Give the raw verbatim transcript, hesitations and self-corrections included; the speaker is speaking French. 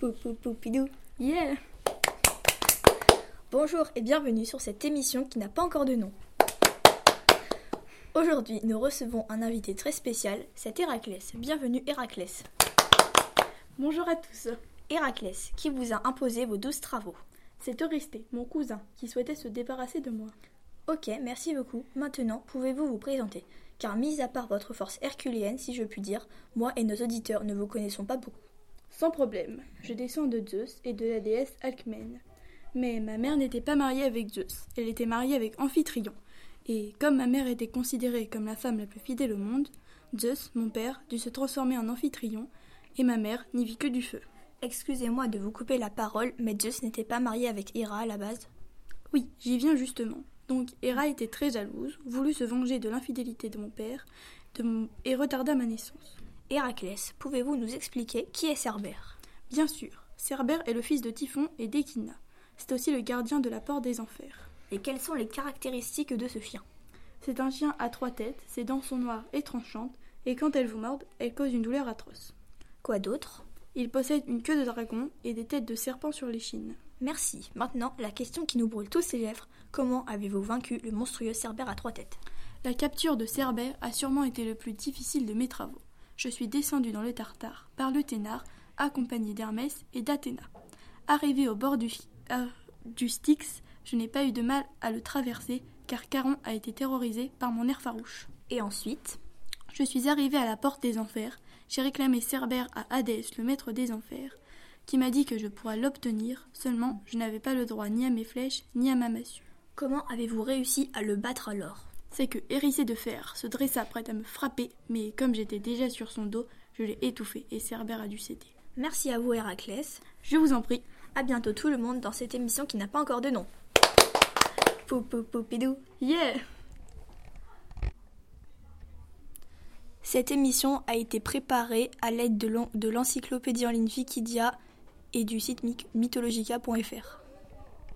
Pou pou poupidou. Yeah! Bonjour et bienvenue sur cette émission qui n'a pas encore de nom. Aujourd'hui, nous recevons un invité très spécial, c'est Héraclès. Bienvenue Héraclès. Bonjour à tous. Héraclès, qui vous a imposé vos douze travaux? C'est Eurysthée, mon cousin, qui souhaitait se débarrasser de moi. Ok, merci beaucoup. Maintenant, pouvez-vous vous présenter? Car mis à part votre force herculéenne, si je puis dire, moi et nos auditeurs ne vous connaissons pas beaucoup. Sans problème, je descends de Zeus et de la déesse Alcmène. Mais ma mère n'était pas mariée avec Zeus, elle était mariée avec Amphitryon. Et comme ma mère était considérée comme la femme la plus fidèle au monde, Zeus, mon père, dut se transformer en Amphitryon, et ma mère n'y vit que du feu. Excusez-moi de vous couper la parole, mais Zeus n'était pas marié avec Héra à la base? Oui, j'y viens justement. Donc Héra était très jalouse, voulut se venger de l'infidélité de mon père de mon... et retarda ma naissance. Héraclès, pouvez-vous nous expliquer qui est Cerbère? Bien sûr, Cerbère est le fils de Typhon et d'Échidna. C'est aussi le gardien de la porte des enfers. Et quelles sont les caractéristiques de ce chien? C'est un chien à trois têtes, ses dents sont noires et tranchantes, et quand elles vous mordent, elles causent une douleur atroce. Quoi d'autre? Il possède une queue de dragon et des têtes de serpent sur l'échine. Merci. Maintenant, la question qui nous brûle tous les lèvres. Comment avez-vous vaincu le monstrueux Cerbère à trois têtes? La capture de Cerbère a sûrement été le plus difficile de mes travaux. Je suis descendu dans le Tartare par le Ténare, accompagné d'Hermès et d'Athéna. Arrivé au bord du, euh, du Styx, je n'ai pas eu de mal à le traverser, car Charon a été terrorisé par mon air farouche. Et ensuite, je suis arrivé à la porte des enfers. J'ai réclamé Cerbère à Hadès, le maître des enfers, qui m'a dit que je pourrais l'obtenir, seulement je n'avais pas le droit ni à mes flèches, ni à ma massue. Comment avez-vous réussi à le battre alors? C'est que, hérissé de fer, se dressa prêt à me frapper, mais comme j'étais déjà sur son dos, je l'ai étouffé et Cerbère a dû céder. Merci à vous Héraclès. Je vous en prie. À bientôt tout le monde dans cette émission qui n'a pas encore de nom. Pou pou poupidou. Yeah! Cette émission a été préparée à l'aide de l'encyclopédie en ligne Wikidia et du site mythologica point f r.